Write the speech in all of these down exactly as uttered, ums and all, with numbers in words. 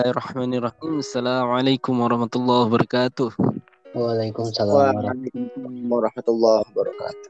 Bismillahirrahmanirrahim. Assalamualaikum warahmatullahi wabarakatuh. Waalaikumsalam Waalaikumsalam warahmatullahi wabarakatuh.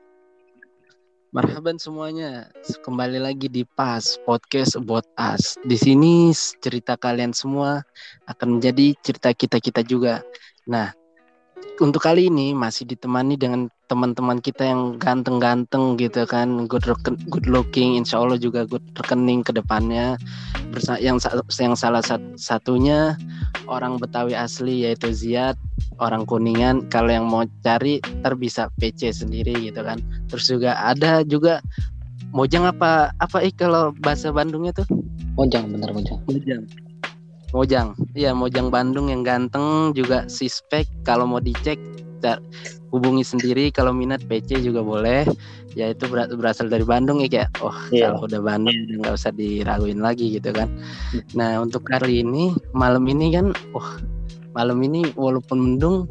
Marhaban semuanya. Kembali lagi di Pas Podcast About Us. Di sini cerita kalian semua akan menjadi cerita kita-kita juga. Nah, untuk kali ini masih ditemani dengan teman-teman kita yang ganteng-ganteng gitu kan, good reken, good looking, insya Allah juga good rekening ke depannya. Bersa- yang yang salah sat- satunya orang Betawi asli yaitu Ziad, orang Kuningan. Kalau yang mau cari ntar bisa P C sendiri gitu kan. Terus juga ada juga Mojang apa apa eh kalau bahasa Bandungnya tuh? Mojang, bener Mojang. Mojang. Mojang, iya Mojang Bandung yang ganteng juga sispek. Kalau mau dicek hubungi sendiri, kalau minat P C juga boleh. Ya itu berasal dari Bandung ya kayak, oh yeah. Kalau udah Bandung nggak usah diraguin lagi gitu kan. Nah untuk kali ini malam ini kan, oh malam ini walaupun mendung,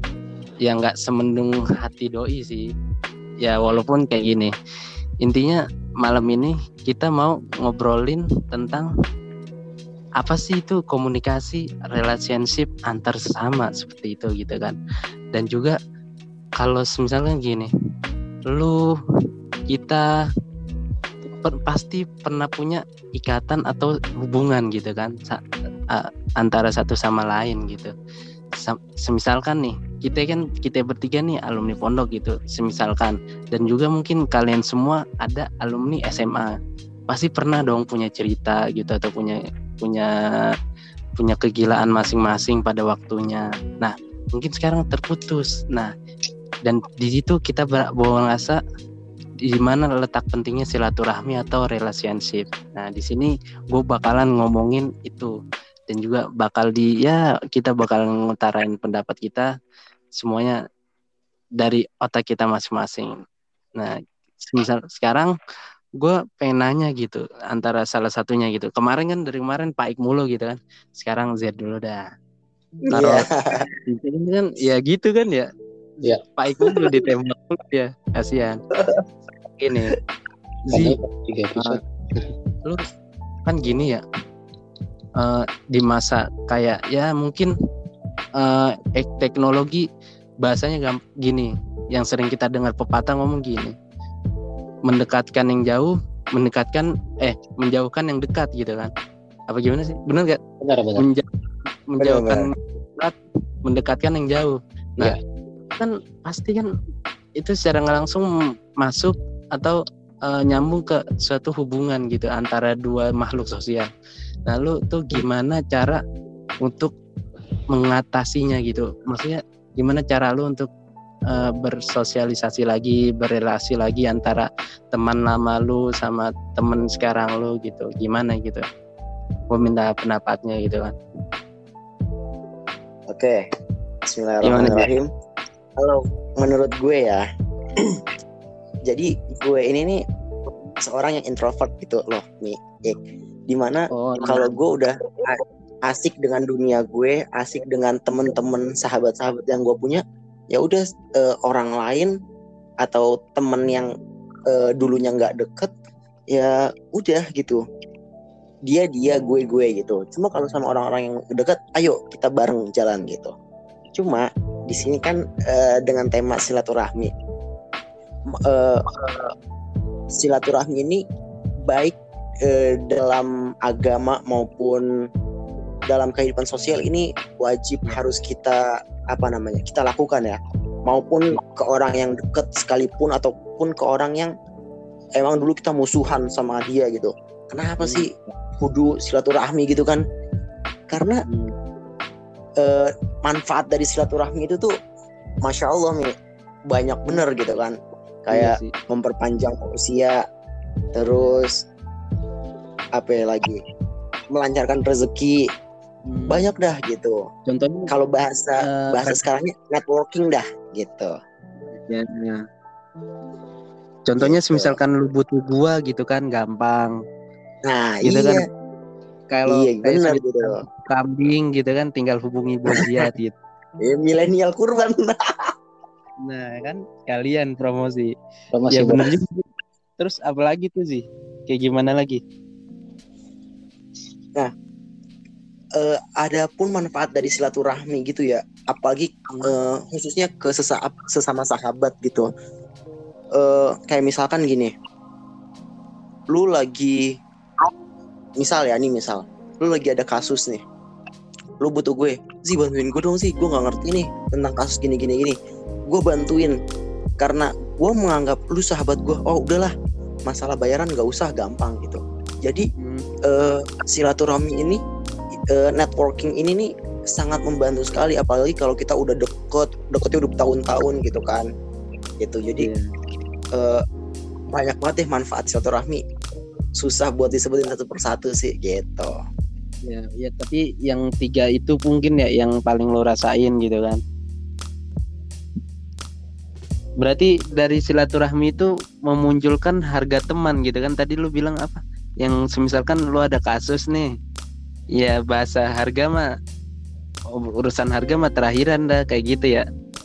ya nggak semendung hati doi sih. Ya walaupun kayak gini, intinya malam ini kita mau ngobrolin tentang apa sih itu komunikasi, relationship antar sesama seperti itu gitu kan. Dan juga kalau misalnya gini, lu kita per, pasti pernah punya ikatan atau hubungan gitu kan sa, uh, antara satu sama lain gitu. Sa, semisalkan nih kita kan kita bertiga nih alumni pondok gitu, semisalkan, dan juga mungkin kalian semua ada alumni S M A, pasti pernah dong punya cerita gitu atau punya punya punya kegilaan masing-masing pada waktunya. Nah mungkin sekarang terputus. Nah dan di situ kita bawa ngerasa di mana letak pentingnya silaturahmi atau relationship. Nah di sini gue bakalan ngomongin itu dan juga bakal di ya kita bakal ngutarain pendapat kita semuanya dari otak kita masing-masing. Nah misal sekarang gue pengen nanya gitu antara salah satunya gitu. Kemarin kan dari kemarin Pak Ik mulu gitu kan. Sekarang Z dulu dah. Taruh yeah. Kan ya gitu kan ya. Ya. Pak Ik mulu ditembak ya. Kasihan. Gini. Zi, uh, lu kan gini ya. Uh, di masa kayak ya mungkin uh, teknologi bahasanya gamp- gini. Yang sering kita dengar pepatah ngomong gini. Mendekatkan yang jauh, mendekatkan eh menjauhkan yang dekat gitu kan. Apa gimana sih? Benar enggak? Benar, benar. Menja- menjauhkan benar, benar. Dekat, mendekatkan yang jauh. Nah, ya. Kan pasti kan itu secara nggak langsung masuk atau uh, nyambung ke suatu hubungan gitu antara dua makhluk sosial. Nah, lu tuh gimana cara untuk mengatasinya gitu? Maksudnya gimana cara lu untuk Uh, bersosialisasi lagi, berrelasi lagi antara teman lama lu sama teman sekarang lu gitu, gimana gitu? Gue minta pendapatnya gitu kan. Oke, Bismillahirrahmanirrahim. Kalau menurut gue ya, jadi gue ini nih seorang yang introvert gitu loh, nih. Dimana oh, kalau gue udah asik dengan dunia gue, asik dengan teman-teman, sahabat-sahabat yang gue punya, ya udah uh, orang lain atau temen yang uh, dulunya nggak deket ya udah gitu, dia dia gue gue gitu. Cuma kalau sama orang-orang yang deket, ayo kita bareng jalan gitu. Cuma di sini kan uh, dengan tema silaturahmi, uh, silaturahmi ini baik uh, dalam agama maupun dalam kehidupan sosial ini wajib harus kita apa namanya kita lakukan ya, maupun ke orang yang dekat sekalipun ataupun ke orang yang emang dulu kita musuhan sama dia gitu. Kenapa hmm. sih kudu silaturahmi gitu kan? Karena hmm. eh, manfaat dari silaturahmi itu tuh masya Allah nih banyak bener gitu kan, kayak iya memperpanjang usia, terus apa ya lagi, melancarkan rezeki. Hmm. Banyak dah gitu. Contohnya kalau bahasa uh, bahasa sekarangnya networking dah gitu. Ya, ya. Contohnya gitu. Misalkan lu butuh gua gitu kan gampang. Nah, gitu iya. Kan. Kalau iya, benar gitu. Kambing gitu kan tinggal hubungi Bos Ziad gitu. Ya, milenial kurban. Nah, kan kalian promosi. Promosi ya benar juga. Terus apa lagi tuh sih? Kayak gimana lagi? Nah, uh, ada pun manfaat dari silaturahmi gitu ya, apalagi uh, khususnya ke sesa- sesama sahabat gitu. Uh, kayak misalkan gini, lu lagi misal ya nih misal lu lagi ada kasus nih, lu butuh gue, sih bantuin gue dong sih, gue nggak ngerti nih tentang kasus gini gini gini, gue bantuin karena gue menganggap lu sahabat gue. Oh udahlah, masalah bayaran nggak usah, gampang gitu. Jadi hmm. uh, silaturahmi ini, uh, networking ini nih sangat membantu sekali, apalagi kalau kita udah deket deketnya udah bertahun-tahun gitu kan gitu. Jadi yeah. uh, banyak banget deh manfaat silaturahmi, susah buat disebutin satu persatu sih gitu. Ya, ya tapi yang tiga itu mungkin ya yang paling lo rasain gitu kan. Berarti dari silaturahmi itu memunculkan harga teman gitu kan. Tadi lu bilang apa? Yang semisalkan lu ada kasus nih, ya bahasa harga mah, urusan harga mah terakhiran dah kayak gitu ya.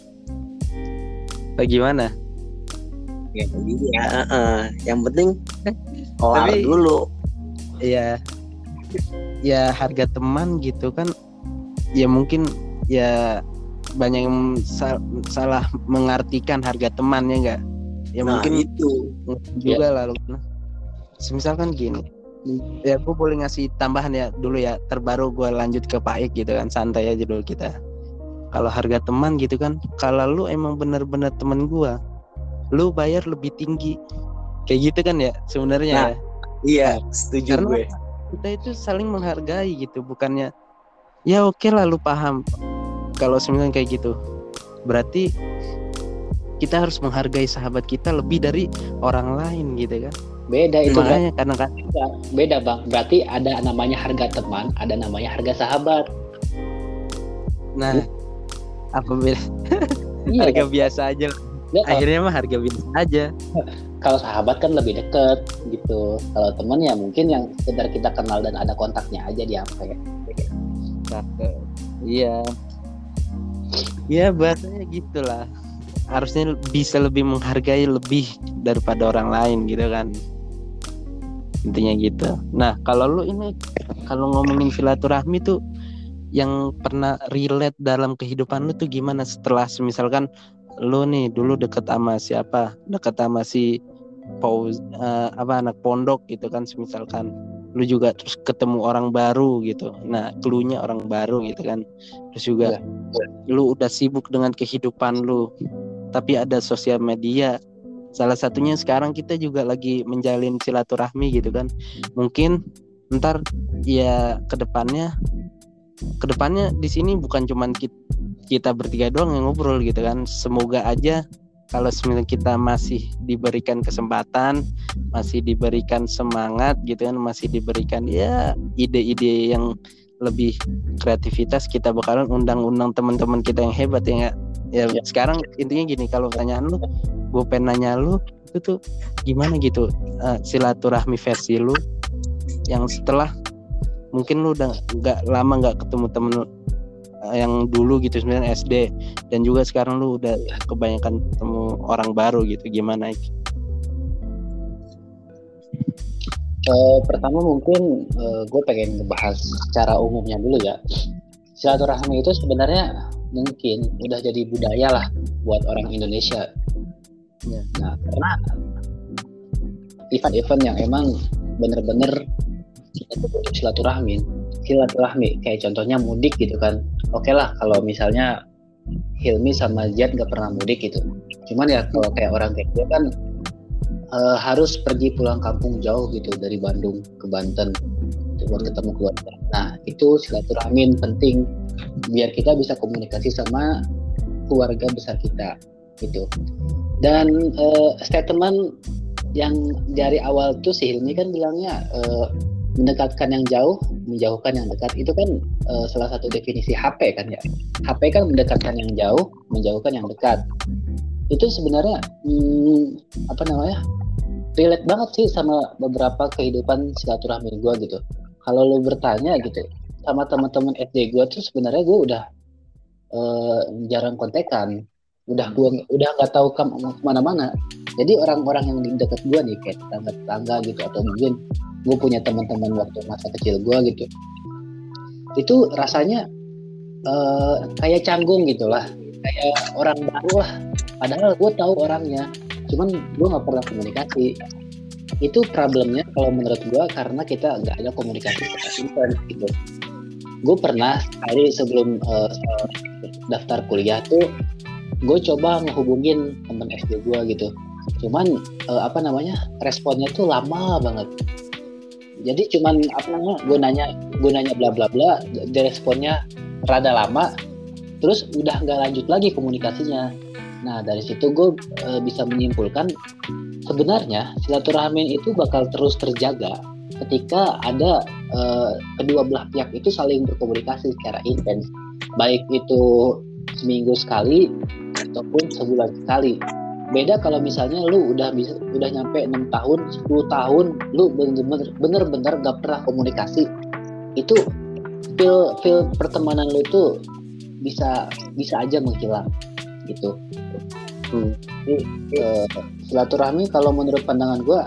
Bagaimana? Ya, ya uh, yang penting kelar dulu. Iya. Ya harga teman gitu kan, ya mungkin ya banyak yang sal- salah mengartikan harga temannya enggak ya. Nah, mungkin itu juga ya. Lalu misalkan gini ya, gue boleh ngasih tambahan ya dulu ya, terbaru gue lanjut ke Pak Ik gitu kan, santai aja dulu kita. Kalau harga teman gitu kan, kalau lu emang benar-benar teman gue, lu bayar lebih tinggi kayak gitu kan ya sebenarnya. Nah, ya iya nah, setuju karena gue. Kita itu saling menghargai gitu, bukannya ya oke lah lu paham kalau sebenarnya kayak gitu, berarti kita harus menghargai sahabat kita lebih dari orang lain gitu kan. Beda itu makanya karena kan beda bang, berarti ada namanya harga teman, ada namanya harga sahabat. Nah hmm? apa beda? Iya, harga kan? Biasa aja ya, akhirnya mah harga biasa aja. Kalau sahabat kan lebih deket gitu. Kalau teman ya mungkin yang sekedar kita kenal dan ada kontaknya aja di H P. Iya. Iya bahasanya gitulah. Harusnya bisa lebih menghargai lebih daripada orang lain gitu kan. Intinya gitu. Nah, kalau lu ini kalau ngomongin silaturahmi tuh yang pernah relate dalam kehidupan lu tuh gimana setelah misalkan lu nih dulu deket sama siapa? Deket sama si Paus, uh, apa anak pondok gitu kan, misalkan lu juga terus ketemu orang baru gitu. Nah, cluenya orang baru gitu kan. Terus juga ya. Lu udah sibuk dengan kehidupan lu, tapi ada sosial media. Salah satunya sekarang kita juga lagi menjalin silaturahmi gitu kan. Mungkin ntar ya kedepannya kedepannya di sini bukan cuman kita, kita bertiga doang yang ngobrol gitu kan. Semoga aja kalau sebenarnya kita masih diberikan kesempatan, masih diberikan semangat gitu kan, masih diberikan ya ide-ide yang lebih kreativitas, kita bakalan undang-undang teman-teman kita yang hebat ya. Ya, ya. Sekarang intinya gini, kalau tanyaan lu, gue pengen nanya lu itu tuh gimana gitu uh, silaturahmi versi lu yang setelah mungkin lu udah nggak lama nggak ketemu temen lu yang dulu gitu sebenarnya S D, dan juga sekarang lu udah kebanyakan ketemu orang baru gitu, gimana itu? Uh, pertama mungkin uh, gue pengen ngebahas secara umumnya dulu ya. Silaturahmi itu sebenarnya mungkin udah jadi budaya lah buat orang Indonesia. Ya. Nah, karena event-event yang emang bener-bener kita tuh butuh silaturahmi, silaturahmi kayak contohnya mudik gitu kan. Oke lah kalau misalnya Hilmi sama Jad gak pernah mudik gitu. Cuman ya kalau kayak orang kayak gue kan uh, harus pergi pulang kampung jauh gitu dari Bandung ke Banten gitu, buat ketemu keluarga. Nah itu silaturahmi penting biar kita bisa komunikasi sama keluarga besar kita gitu. Dan uh, statement yang dari awal tuh si Hilmi kan bilangnya uh, mendekatkan yang jauh, menjauhkan yang dekat. Itu kan uh, salah satu definisi H P kan ya. H P kan mendekatkan yang jauh, menjauhkan yang dekat. Itu sebenarnya hmm, apa namanya? relate banget sih sama beberapa kehidupan silaturahmi gue gitu. Kalau lo bertanya gitu sama teman-teman S D gue tuh sebenarnya gue udah uh, jarang kontekan. Udah gue udah nggak tahu ke mana-mana. Jadi orang-orang yang di dekat gue nih kayak tetangga-tetangga gitu, atau mungkin gue punya teman-teman waktu masa kecil gue gitu, itu rasanya uh, kayak canggung gitulah, kayak orang baru lah. Padahal gue tahu orangnya, cuman gue nggak pernah komunikasi. Itu problemnya kalau menurut gue, karena kita nggak ada komunikasi secara intens gitu. Gue pernah sekali sebelum uh, daftar kuliah tuh, gue coba ngehubungin temen S D gue gitu. Cuman uh, apa namanya responnya tuh lama banget. Jadi cuman apa namanya gue nanya gue nanya bla bla bla, dia responnya rada lama, terus udah nggak lanjut lagi komunikasinya. Nah dari situ gue e, bisa menyimpulkan sebenarnya silaturahmi itu bakal terus terjaga ketika ada e, kedua belah pihak itu saling berkomunikasi secara intens, baik itu seminggu sekali ataupun sebulan sekali. Beda kalau misalnya lu udah bisa udah nyampe enam tahun, sepuluh tahun lu bener-bener bener-bener gak pernah komunikasi, itu feel feel pertemanan lu itu bisa bisa aja menghilang gitu. Hmm. Jadi eh, silaturahmi kalau menurut pandangan gue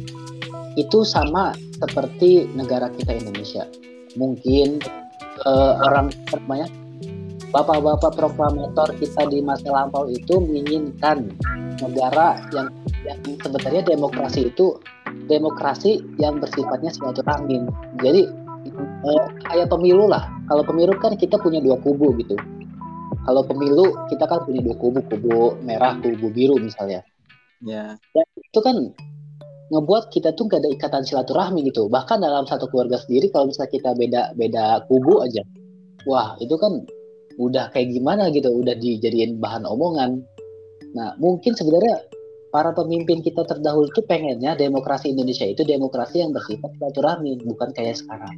itu sama seperti negara kita Indonesia. Mungkin eh, orang banyak bapak-bapak proklamator kita di masa lampau itu menginginkan negara yang yang sebenarnya demokrasi itu demokrasi yang bersifatnya silaturahmi. Jadi eh, kayak pemilu lah. Kalau pemilu kan kita punya dua kubu gitu. Kalau pemilu kita kan punya dua kubu, kubu merah, kubu biru misalnya. Ya. Dan itu kan ngebuat kita tuh gak ada ikatan silaturahmi gitu. Bahkan dalam satu keluarga sendiri kalau misalnya kita beda beda kubu aja, wah itu kan udah kayak gimana gitu, udah dijadiin bahan omongan. Nah mungkin sebenarnya para pemimpin kita terdahulu tuh pengennya demokrasi Indonesia itu demokrasi yang bersifat silaturahmi, bukan kayak sekarang.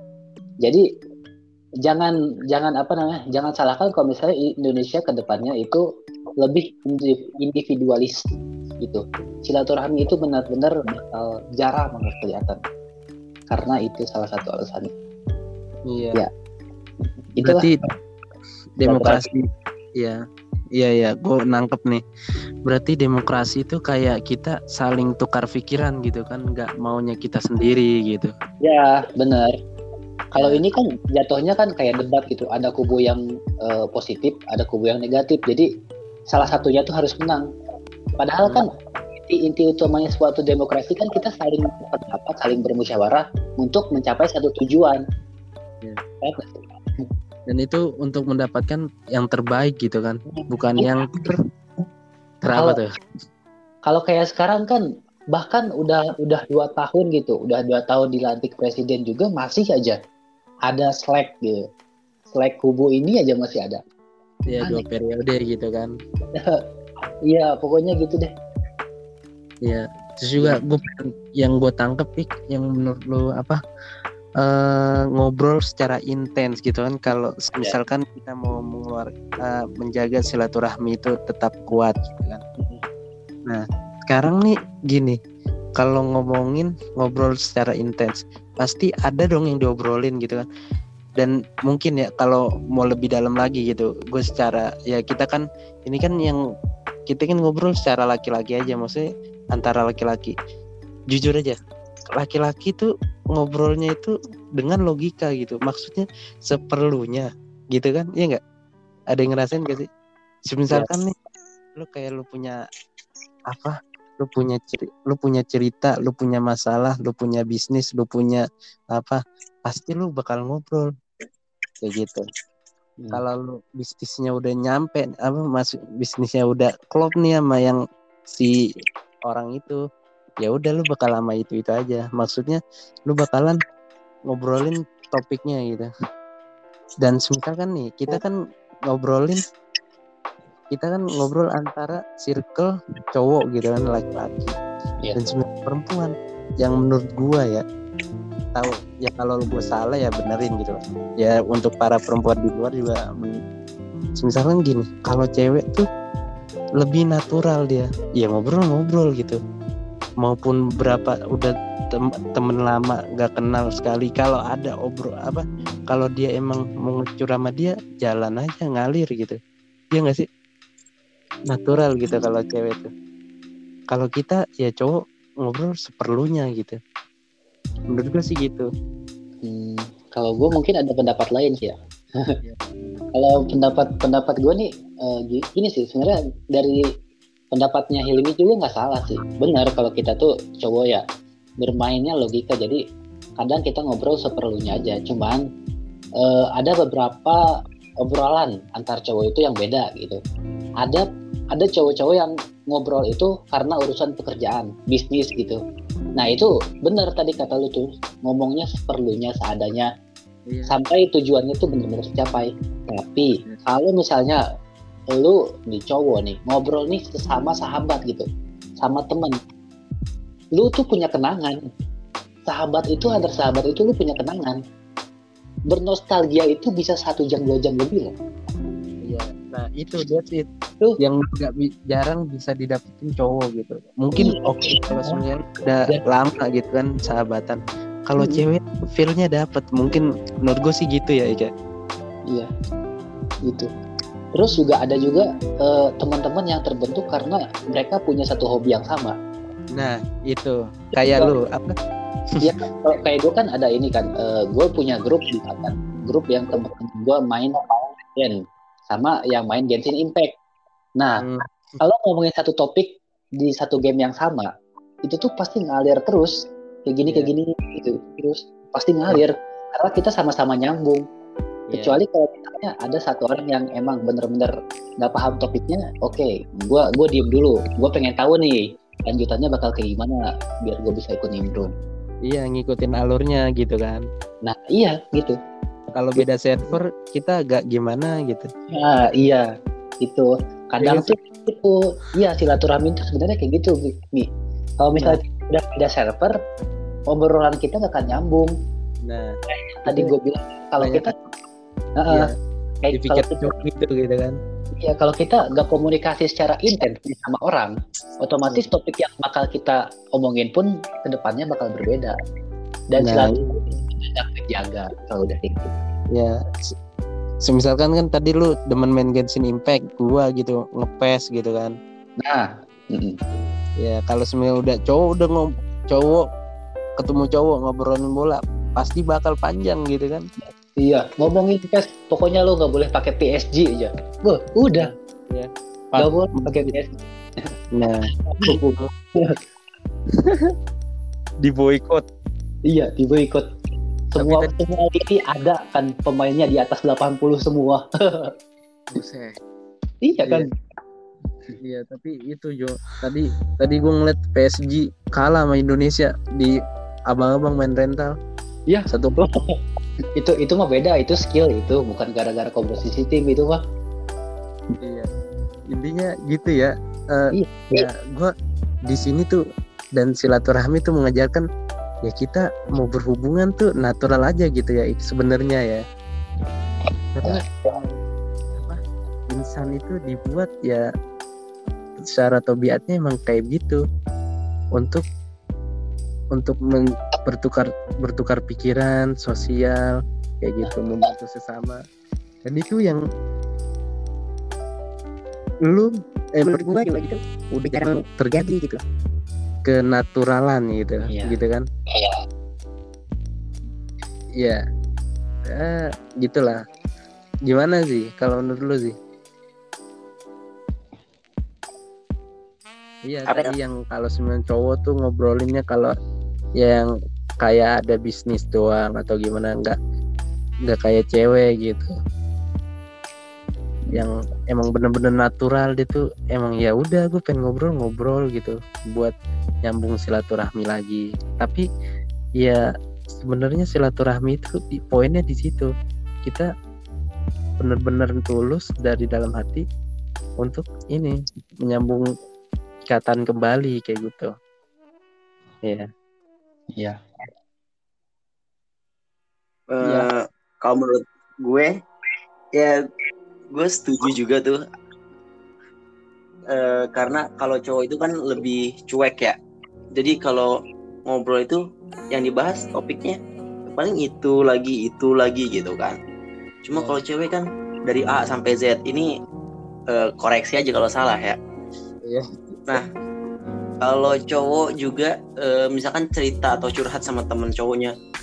Jadi jangan jangan apa namanya jangan salahkan kalau misalnya Indonesia ke depannya itu lebih individualis gitu. Silaturahmi itu benar-benar bakal jarang banget kelihatan karena itu salah satu alasannya. Iya. Ya. Itulah. Berarti demokrasi, ya, iya ya, gue nangkep nih. Berarti demokrasi itu kayak kita saling tukar pikiran gitu kan, nggak maunya kita sendiri gitu. Ya benar. Kalau ini kan jatuhnya kan kayak debat gitu, ada kubu yang uh, positif, ada kubu yang negatif. Jadi salah satunya tuh harus menang. Padahal kan inti, inti utamanya suatu demokrasi kan kita saling berpendapat, saling bermusyawarah untuk mencapai satu tujuan. Ya. Dan itu untuk mendapatkan yang terbaik gitu kan, bukan yang ter terapa tuh. Kalau kayak sekarang kan bahkan udah udah dua tahun gitu, udah dua tahun dilantik presiden juga masih aja ada slack gitu, slack kubu ini aja masih ada. Iya dua periode gitu kan. Iya pokoknya gitu deh. Iya terus juga gue yang gue tangkep pik yang menurut lo apa uh, ngobrol secara intens gitu kan, kalau misalkan kita mau mengeluar uh, menjaga silaturahmi itu tetap kuat gitu kan. Nah sekarang nih gini, kalau ngomongin ngobrol secara intens pasti ada dong yang diobrolin gitu kan. Dan mungkin ya kalau mau lebih dalam lagi gitu, gue secara ya kita kan ini kan yang kita kan ngobrol secara laki-laki aja, maksudnya antara laki-laki. Jujur aja, laki-laki tuh ngobrolnya itu dengan logika gitu, maksudnya seperlunya gitu kan, iya nggak? Ada yang ngerasain gak sih? Misalkan ya. nih, lu kayak lu punya apa? Lu punya cerita, lu punya cerita, lu punya masalah, lu punya bisnis, lu punya apa? Pasti lu bakal ngobrol kayak gitu. Hmm. Kalau lu bisnisnya udah nyampe, apa masuk bisnisnya udah klop nih sama yang si orang itu, ya udah lu bakal sama itu itu aja. Maksudnya lu bakalan ngobrolin topiknya gitu. Dan misalkan nih kita kan ngobrolin kita kan ngobrol antara circle cowok gitu kan, laki-laki yeah. Dan sebenarnya perempuan yang menurut gua ya tahu ya, kalau gua salah ya benerin gitu ya, untuk para perempuan di luar juga. Misalkan gini, kalau cewek tuh lebih natural, dia ya ngobrol-ngobrol gitu, maupun berapa udah tem- temen lama gak kenal sekali, kalau ada obrol apa, kalau dia emang mau ngecur sama dia jalan aja ngalir gitu, dia nggak sih? Natural gitu kalau cewek tuh. Kalau kita ya cowok ngobrol seperlunya gitu. Menurut gue sih gitu. Hmm, kalau gue mungkin ada pendapat lain sih ya. Kalau pendapat pendapat gue nih uh, gini sih, sebenarnya dari pendapatnya Hilmi juga nggak salah sih. Benar kalau kita tuh cowok ya bermainnya logika, jadi kadang kita ngobrol seperlunya aja. Cuman uh, ada beberapa obrolan antar cowok itu yang beda gitu. Ada ada cowok-cowok yang ngobrol itu karena urusan pekerjaan, bisnis gitu. Nah itu benar tadi kata lu tuh, ngomongnya seperlunya, seadanya, iya. Sampai tujuannya tuh benar-benar tercapai. Tapi iya. Kalau misalnya lu nih cowok nih ngobrol nih sesama sahabat gitu, sama temen, lu tuh punya kenangan. Sahabat itu antar sahabat itu lu punya kenangan. Bernostalgia itu bisa satu jam dua jam lebih loh. Iya. Nah itu dia sih tuh yang nggak jarang bisa didapetin cowok gitu. Mungkin oke okay, kalau sebenarnya udah ya. Lama gitu kan sahabatan. Kalau hmm. cewek feel-nya dapet. Mungkin menurut gue sih gitu ya Ika. Iya. Gitu. Terus juga ada juga uh, teman-teman yang terbentuk karena mereka punya satu hobi yang sama. Nah itu kayak ya, lu apa? Ya kalau kayak gue kan ada ini kan. Uh, gue punya grup di kan. Grup yang teman-teman gue main game sama yang main Genshin Impact. Nah, hmm. kalau ngomongin satu topik di satu game yang sama, itu tuh pasti ngalir terus, kayak gini yeah. kayak gini gitu, terus pasti ngalir yeah. karena kita sama-sama nyambung. Yeah. Kecuali kalau misalnya ada satu orang yang emang bener-bener nggak paham topiknya, oke, okay, gua gua diem dulu, gua pengen tahu nih lanjutannya bakal kayak gimana, biar gua bisa ikut nimbrung. Iya, ngikutin alurnya gitu kan. Nah, iya gitu. Kalau beda server kita agak gimana gitu. Nah, iya itu kadang tuh itu iya silaturahmi itu sebenarnya kayak gitu Mi. Kalau misalnya nah. udah beda server, obrolan kita nggak akan nyambung. Nah, tadi gue bilang kalau kita iya, uh, kayak dipikir kalau kita, gitu gitu kan. Iya, kalau kita nggak komunikasi secara intens sama orang, otomatis topik yang bakal kita omongin pun kedepannya bakal berbeda. Dan nah. selalu jaga kalau udah gitu. Ya, semisalkan kan tadi lu demen main Genshin Impact, gua gitu ngepes gitu kan. Nah, mm-mm. ya kalau sebenarnya udah cowok udah ngom cowok ketemu cowok ngobrolin bola pasti bakal panjang gitu kan. Iya, ngomongin P E S, pokoknya lu nggak boleh pakai P S G aja. Wah, udah. Ya. Nggak boleh pakai P S G. Nah, di boykot. Iya, di boykot. Semua tadi, semua ini ada kan pemainnya di atas delapan puluh semua. Buset. Iya kan? Iya, tapi itu Jo. Tadi tadi gue ngeliat P S G kalah sama Indonesia di abang-abang main rental. Iya, satu gol. itu itu mah beda, itu skill itu, bukan gara-gara komposisi tim itu mah. Iya. Intinya gitu ya. Uh, iya. Ya, gue di sini tuh dan silaturahmi tuh mengajarkan ya kita mau berhubungan tuh natural aja gitu ya sebenarnya ya. Karena apa? Insan itu dibuat ya secara tabiatnya emang kayak gitu untuk untuk men, bertukar bertukar pikiran, sosial kayak gitu, membantu sesama. Dan itu yang lu eh menurut gue juga gitu udah jarang terjadi gitu. Kenaturalan gitu, iya. Gitu kan? Iya. Iya, eh, gitulah. Gimana sih kalau menurut lu sih? Iya, apa tadi itu? Yang kalau sembilan cowok tuh ngobrolinnya kalau yang kayak ada bisnis doang atau gimana, nggak nggak kayak cewek gitu. Yang emang bener-bener natural dia tuh emang ya udah gue pengen ngobrol-ngobrol gitu buat nyambung silaturahmi lagi. Tapi ya sebenarnya silaturahmi itu di, poinnya di situ kita bener-bener tulus dari dalam hati untuk ini menyambung ikatan kembali kayak gitu. Iya. Iya. Uh, ya. Kalau menurut gue ya gue setuju juga tuh uh, karena kalau cowok itu kan lebih cuek ya, jadi kalau ngobrol itu yang dibahas topiknya paling itu lagi itu lagi gitu kan. Cuma kalau cewek kan dari A sampai Z ini uh, koreksi aja kalau salah ya. Iya. Nah kalau cowok juga uh, misalkan cerita atau curhat sama temen cowoknya,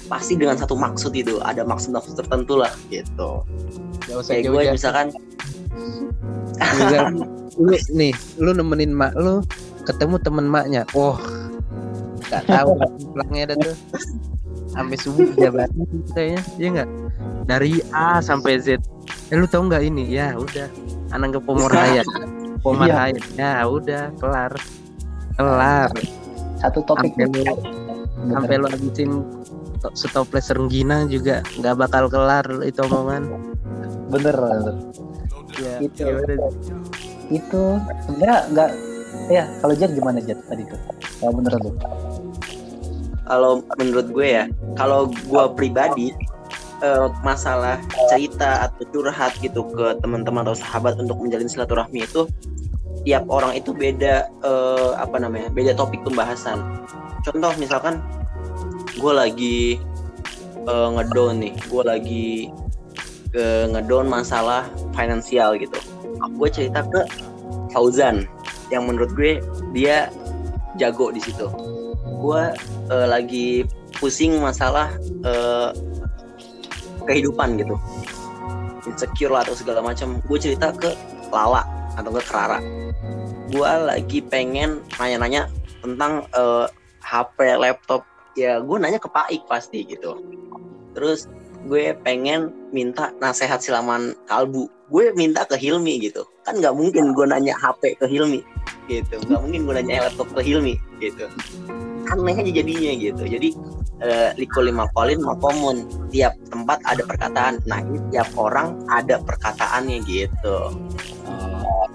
pasti dengan satu maksud itu, ada maksud-maksud tertentu lah gitu. Gak usah kayak gue misalkan Misalkan lu nih, lu nemenin mak lu ketemu temen maknya, oh nggak tahu pulangnya ada tuh sampai subuh jabat kayaknya, ya nggak, dari A sampai Z. Eh lu tahu nggak ini? Ya udah, anak ke Pomoraya, Pomoraya, ya udah kelar, kelar. Satu topik sampai lu, sampai lu habisin stoples Renggina juga nggak bakal kelar itu omongan. Bener, bener. Ya, itu ya itu sebenarnya nggak ya. Kalau Jet gimana Jet tadi tuh? Kalau menurut lu? Kalau menurut gue ya, kalau gue pribadi eh, masalah cerita atau curhat gitu ke teman-teman atau sahabat untuk menjalin silaturahmi itu, tiap orang itu beda eh, apa namanya, beda topik pembahasan. Contoh misalkan gue lagi eh, ngedown nih, gue lagi eh, ngedown masalah finansial gitu. Gue cerita ke Fauzan, yang menurut gue dia jago di situ. Gue uh, lagi pusing masalah uh, kehidupan gitu, insecure lah atau segala macam. Gue cerita ke Lala atau ke Rara. Gue lagi pengen nanya-nanya tentang uh, H P, laptop. Ya gue nanya ke Paik pasti gitu. Terus gue pengen minta nasihat silaman kalbu, gue minta ke Hilmi gitu. Kan nggak mungkin gue nanya H P ke Hilmi gitu, nggak mungkin gue nanya laptop ke Hilmi gitu, aneh aja jadinya gitu. Jadi uh, likul lima kolin makomun, tiap tempat ada perkataan. Nah ini tiap orang ada perkataannya gitu. Oh,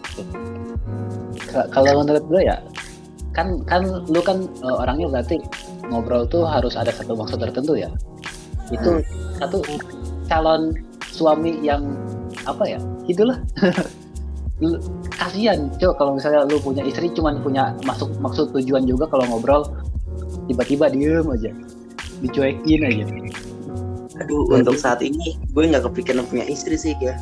K- kalau menurut gue ya, kan kan lu kan uh, orangnya berarti ngobrol tuh harus ada satu maksud tertentu ya. Itu hmm. satu calon suami yang apa ya, itulah. Kasian coba kalau misalnya lu punya istri cuman punya maksud maksud tujuan juga kalau ngobrol, tiba-tiba diem aja, dicuekin aja. Aduh, nah, untuk saat ini gue nggak kepikiran punya istri sih ya.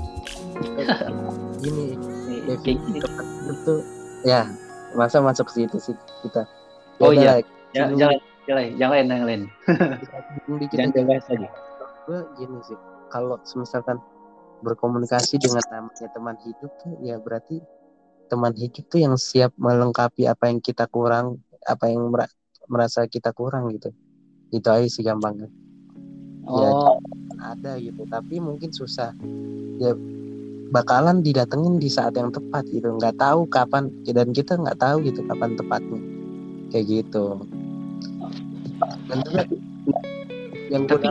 Gini, Devi itu ya masa masuk situ sih kita. Oh iya, jangan jangan jangan jangan lain yang lain. Jangan jangan lagi. Gue gini sih, kalau misalkan berkomunikasi dengan namanya teman hidup tuh ya berarti teman hidup tuh yang siap melengkapi apa yang kita kurang, apa yang merasa kita kurang gitu. Itu aja sih gampangnya. Oh. Ya ada gitu, tapi mungkin susah. Ya bakalan didatengin di saat yang tepat gitu. Nggak tahu kapan, dan kita nggak tahu gitu kapan tepatnya. Kayak gitu. Dan juga yang gue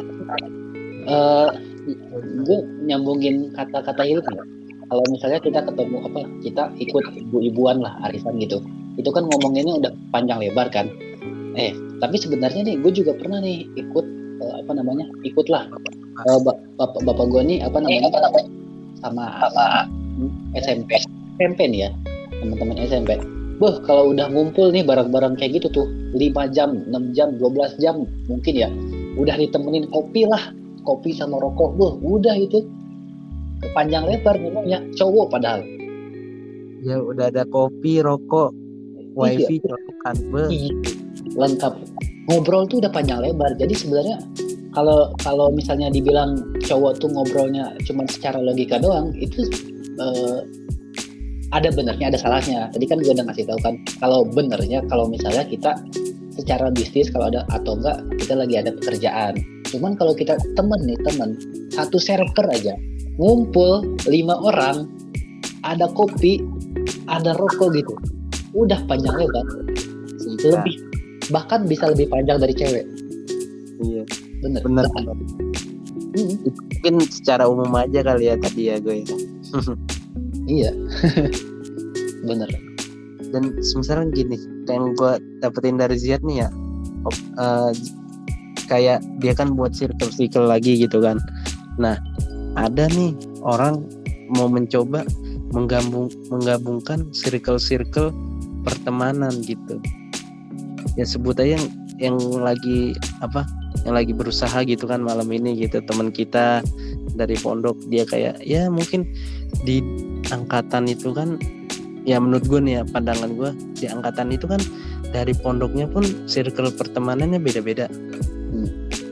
uh, gue nyambungin kata-kata Hilmi. Kalau misalnya kita ketemu apa, kita ikut ibu-ibuan lah arisan gitu, itu kan ngomonginnya udah panjang lebar kan. Eh tapi sebenarnya nih gue juga pernah nih ikut uh, apa namanya ikutlah uh, bapak bapak gue nih apa namanya sama sama S M P S M P nih ya, teman-teman S M P. Beh kalau udah ngumpul nih bareng-bareng kayak gitu tuh lima jam, enam jam, dua belas jam mungkin ya, udah ditemenin kopi lah, kopi sama rokok, beh udah itu panjang lebar ngomongnya, cowok padahal. Ya udah ada kopi, rokok, wifi, colokan, beh. Lengkap. Ngobrol tuh udah panjang lebar. Jadi sebenarnya kalau kalau misalnya dibilang cowok tuh ngobrolnya cuma secara logika doang, itu eh, ada benernya, ada salahnya. Tadi kan gue udah ngasih tahu kan, kalau benernya kalau misalnya kita secara bisnis kalau ada atau enggak kita lagi ada pekerjaan. Cuman kalau kita temen nih temen satu server aja ngumpul lima orang, ada kopi, ada rokok gitu, udah panjang lebar. Lebih bahkan bisa lebih panjang dari cewek. Iya, bener. Bener. bener. Hmm. Mungkin secara umum aja kali ya tadi ya gue. Iya, bener. Dan misalnya gini, yang gue dapetin dari Ziad nih ya, uh, kayak dia kan buat circle-circle lagi gitu kan. Nah, ada nih orang mau mencoba menggabung menggabungkan circle-circle pertemanan gitu. Ya sebut aja yang yang lagi apa? Yang lagi berusaha gitu kan malam ini gitu, teman kita dari pondok, dia kayak ya mungkin di angkatan itu kan, ya menurut gue nih ya, pandangan gue di angkatan itu kan dari pondoknya pun circle pertemanannya beda-beda. Hmm.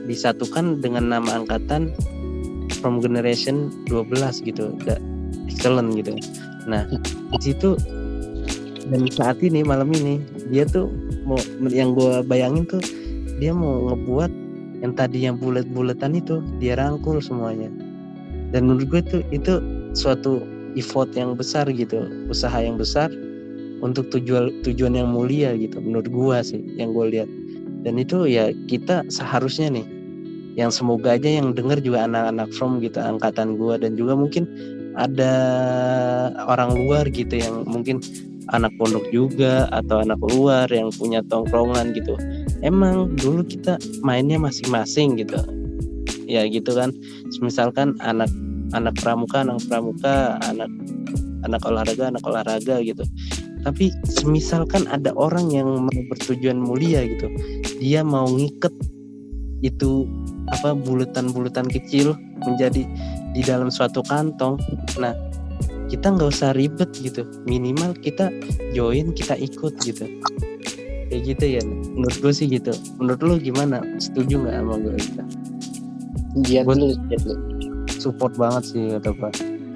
disatukan dengan nama angkatan from generation dua belas gitu, udah excellent gitu. Nah di situ dan saat ini malam ini dia tuh mau, yang gue bayangin tuh dia mau ngebuat yang tadi yang bulat-bulatan itu dia rangkul semuanya. Dan menurut gue tuh itu suatu effort yang besar gitu, usaha yang besar untuk tujuan tujuan yang mulia gitu menurut gue sih yang gue lihat. Dan itu ya kita seharusnya nih yang semoga aja yang dengar juga anak-anak from gitu angkatan gue, dan juga mungkin ada orang luar gitu yang mungkin anak pondok juga atau anak luar yang punya tongkrongan gitu. Emang dulu kita mainnya masing-masing gitu ya gitu kan, misalkan anak anak pramuka anak pramuka anak anak olahraga anak olahraga gitu. Tapi misalkan ada orang yang mau bertujuan mulia gitu, dia mau ngiket itu apa bulatan-bulatan kecil menjadi di dalam suatu kantong. Nah kita nggak usah ribet gitu, minimal kita join, kita ikut gitu, kayak gitu ya. Menurut gue sih gitu. Menurut lu gimana? Setuju nggak sama gue? Iya, gue support banget sih kata gue.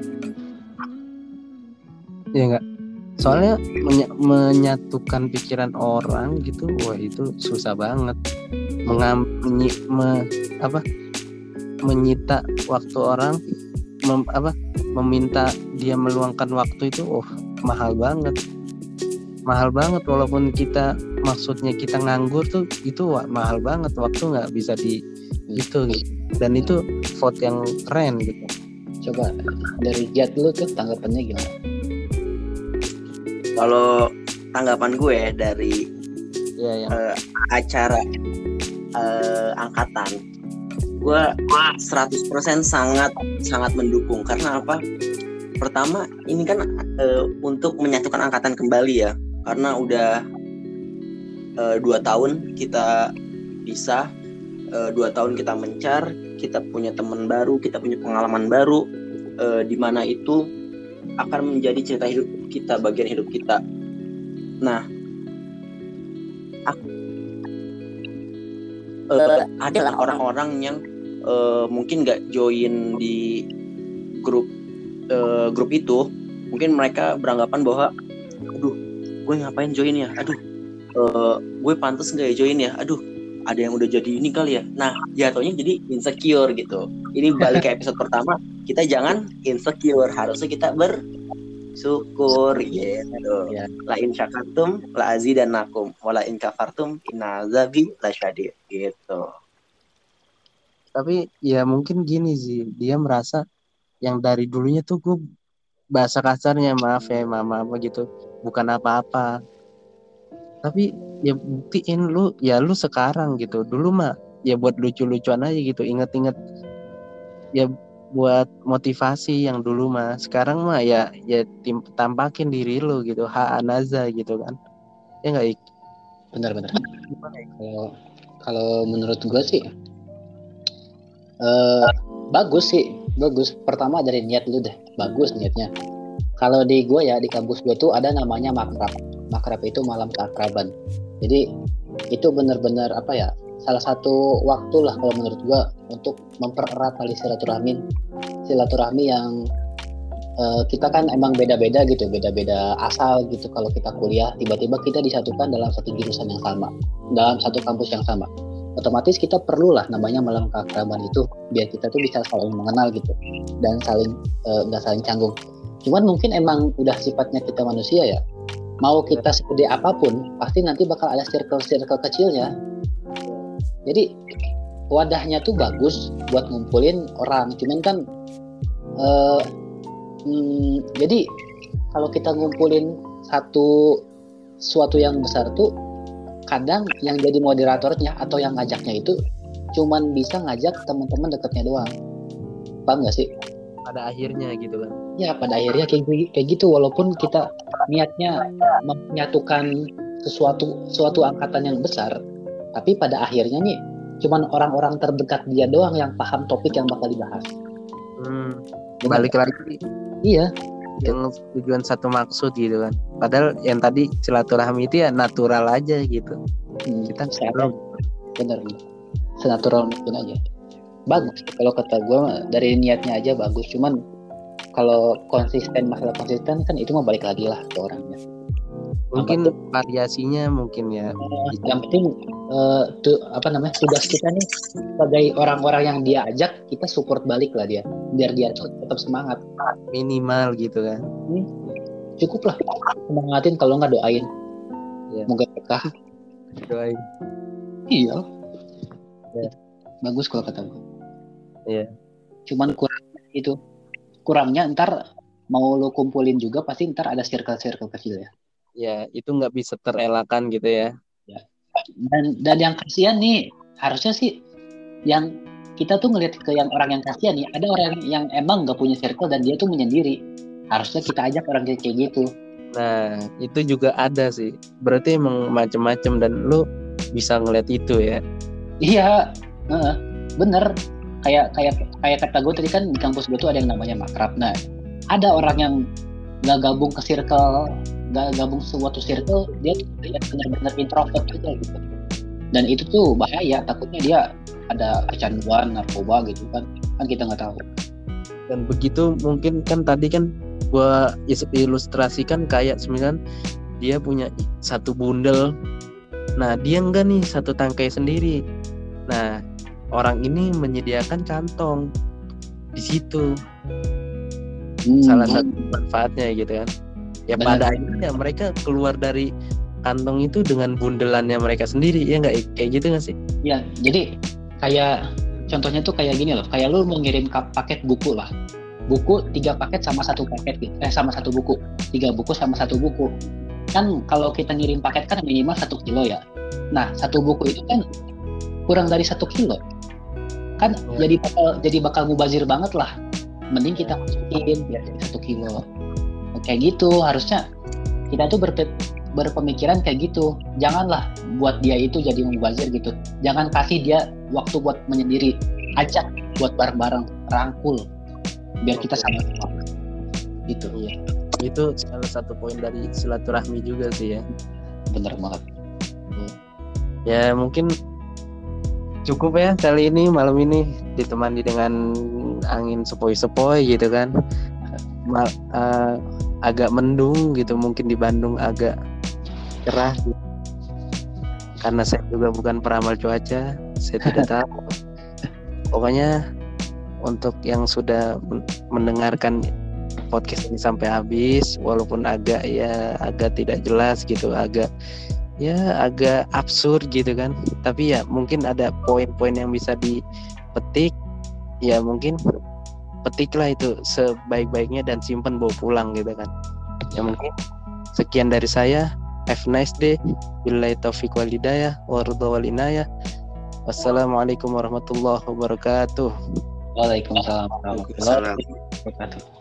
Ya nggak? Soalnya menye- menyatukan pikiran orang gitu, wah itu susah banget. Mengam, menyi, me, apa, menyita waktu orang, mem, apa, meminta dia meluangkan waktu itu, oh mahal banget, mahal banget. Walaupun kita maksudnya kita nganggur tuh, itu wah, mahal banget, waktu nggak bisa di itu gitu. Dan itu vote yang keren gitu. Coba dari Jad lu tuh tanggapannya gimana? Kalau tanggapan gue dari ya, yang... uh, acara uh, angkatan, gue seratus persen sangat sangat mendukung. Karena apa? Pertama, ini kan uh, untuk menyatukan angkatan kembali ya. Karena udah uh, dua tahun kita pisah, uh, dua tahun kita mencar, kita punya teman baru, kita punya pengalaman baru, uh, di mana itu akan menjadi cerita hidup kita, bagian hidup kita. Nah, aku, uh, adalah orang-orang yang uh, mungkin nggak join di grup uh, grup itu. Mungkin mereka beranggapan bahwa, aduh, gue ngapain join ya? Aduh, uh, gue pantas nggak ya join ya? Aduh, ada yang udah jadi ini kali ya. Nah, jatuhnya jadi insecure gitu. Ini balik ke episode pertama, kita jangan insecure, harusnya kita bersyukur gitu. Ya. La in syakartum la azidannakum wa la in kafartum inna azabi lasyadid gitu. Tapi ya mungkin gini sih, dia merasa yang dari dulunya tuh gue bahasa kasarnya maaf ya mama apa gitu, bukan apa-apa. Tapi ya buktiin lu, ya lu sekarang gitu. Dulu mah ya buat lucu-lucuan aja gitu, inget-inget ya buat motivasi yang dulu mah. Sekarang mah ya ya tim, tampakin diri lu gitu, ha-anaza gitu kan. Ya enggak, Ik? Benar-benar. Kalau kalau menurut gue sih uh, bagus sih, bagus. Pertama dari niat lu deh, bagus niatnya. Kalau di gue ya, di kampus gue tuh ada namanya makrab. Makrab itu malam keakraban. Jadi itu benar-benar apa ya, salah satu waktu lah kalau menurut gue untuk mempererat tali silaturahmi. Silaturahmi yang uh, kita kan emang beda-beda gitu, beda-beda asal gitu. Kalau kita kuliah, tiba-tiba kita disatukan dalam satu jurusan yang sama, dalam satu kampus yang sama. Otomatis kita perlulah namanya malam keakraban itu, biar kita tuh bisa saling mengenal gitu dan saling nggak uh, saling canggung. Cuman mungkin emang udah sifatnya kita manusia ya, mau kita segede apapun pasti nanti bakal ada circle-circle kecilnya. Jadi wadahnya tuh bagus buat ngumpulin orang, cuman kan uh, hmm, jadi kalau kita ngumpulin satu suatu yang besar tuh kadang yang jadi moderatornya atau yang ngajaknya itu cuman bisa ngajak teman-teman dekatnya doang. Paham nggak sih? Pada akhirnya gitu kan. Ya pada akhirnya kayak kayak gitu, walaupun kita niatnya menyatukan sesuatu suatu angkatan yang besar, tapi pada akhirnya nih cuman orang-orang terdekat dia doang yang paham topik yang bakal dibahas. Hmm, balik lagi. Iya. Yang tujuan satu maksud gitu kan. Padahal yang tadi silaturahmi itu ya natural aja gitu. Hmm, kita sekarang bener. senatural mungkin aja. Bagus kalau kata gue dari niatnya aja bagus, cuman kalau konsisten, masalah konsisten kan itu mah balik lagi lah ke orangnya. Mungkin variasinya mungkin ya. Yang penting uh, tuh apa namanya tugas kita nih sebagai orang-orang yang dia ajak, kita support balik lah dia, biar dia tuh tetap semangat. Minimal gitu kan. Hmm, cukup lah semangatin, kalau nggak doain. Ya. Moga berkah. Doain. Iya. Ya. Bagus kalau kata gue. Iya. Cuman kurangnya itu, kurangnya ntar mau lo kumpulin juga pasti ntar ada circle-circle kecil ya. Ya, itu nggak bisa terelakkan gitu ya. Ya. Dan dan yang kasihan nih, harusnya sih yang kita tuh ngelihat ke yang orang yang kasihan nih, ada orang yang emang nggak punya circle dan dia tuh menyendiri. Harusnya kita ajak orang kayak gitu. Nah, itu juga ada sih. Berarti emang macem-macem dan lu bisa ngeliat itu ya. Iya, uh, bener. Kayak kayak kayak kata gue tadi kan, di kampus gue tuh ada yang namanya makrab. Nah, ada orang yang nggak gabung ke circle, nggak gabung suatu circle, dia dia benar-benar introvert gitu, gitu. Dan itu tuh bahaya, takutnya dia ada kecanduan narkoba gitu kan, kan kita nggak tahu. Dan begitu mungkin kan tadi kan gua ilustrasikan kayak sebenarnya dia punya satu bundel, nah dia enggak nih satu tangkai sendiri. Nah orang ini menyediakan kantong di situ. Hmm. Salah satu manfaatnya gitu kan. Ya benar. Pada akhirnya mereka keluar dari kantong itu dengan bundelannya mereka sendiri, ya nggak kayak gitu nggak sih? Ya, jadi kayak contohnya tuh kayak gini loh, kayak lu mengirim paket buku lah, buku tiga paket sama satu paket gitu, eh sama satu buku, tiga buku sama satu buku. Kan kalau kita ngirim paket kan minimal satu kilo ya. Nah satu buku itu kan kurang dari satu kilo, kan ya. jadi bakal jadi bakal mubazir banget lah. Mending kita masukin biar jadi satu kilo. Kayak gitu, harusnya kita tuh berpe- berpemikiran kayak gitu. Janganlah buat dia itu jadi mubazir gitu. Jangan kasih dia waktu buat menyendiri. Ajak buat bareng-bareng, rangkul biar kita sama-sama. Gitu. Iya. Itu salah satu poin dari silaturahmi juga sih ya. Bener banget. Ya mungkin cukup ya kali ini, malam ini ditemani dengan angin sepoi-sepoi gitu kan. Mal, uh, agak mendung gitu, mungkin di Bandung agak cerah gitu. Karena saya juga bukan peramal cuaca, saya tidak tahu. Pokoknya untuk yang sudah mendengarkan podcast ini sampai habis, walaupun agak ya agak tidak jelas gitu, agak ya agak absurd gitu kan, tapi ya mungkin ada poin-poin yang bisa dipetik, ya mungkin petiklah itu sebaik-baiknya dan simpan bawa pulang gitu kan. Ya mungkin sekian dari saya. Have a nice day. Billahi taufiq wal hidayah wa ridha wal inayah. Wassalamualaikum warahmatullahi wabarakatuh. Waalaikumsalam warahmatullahi wabarakatuh.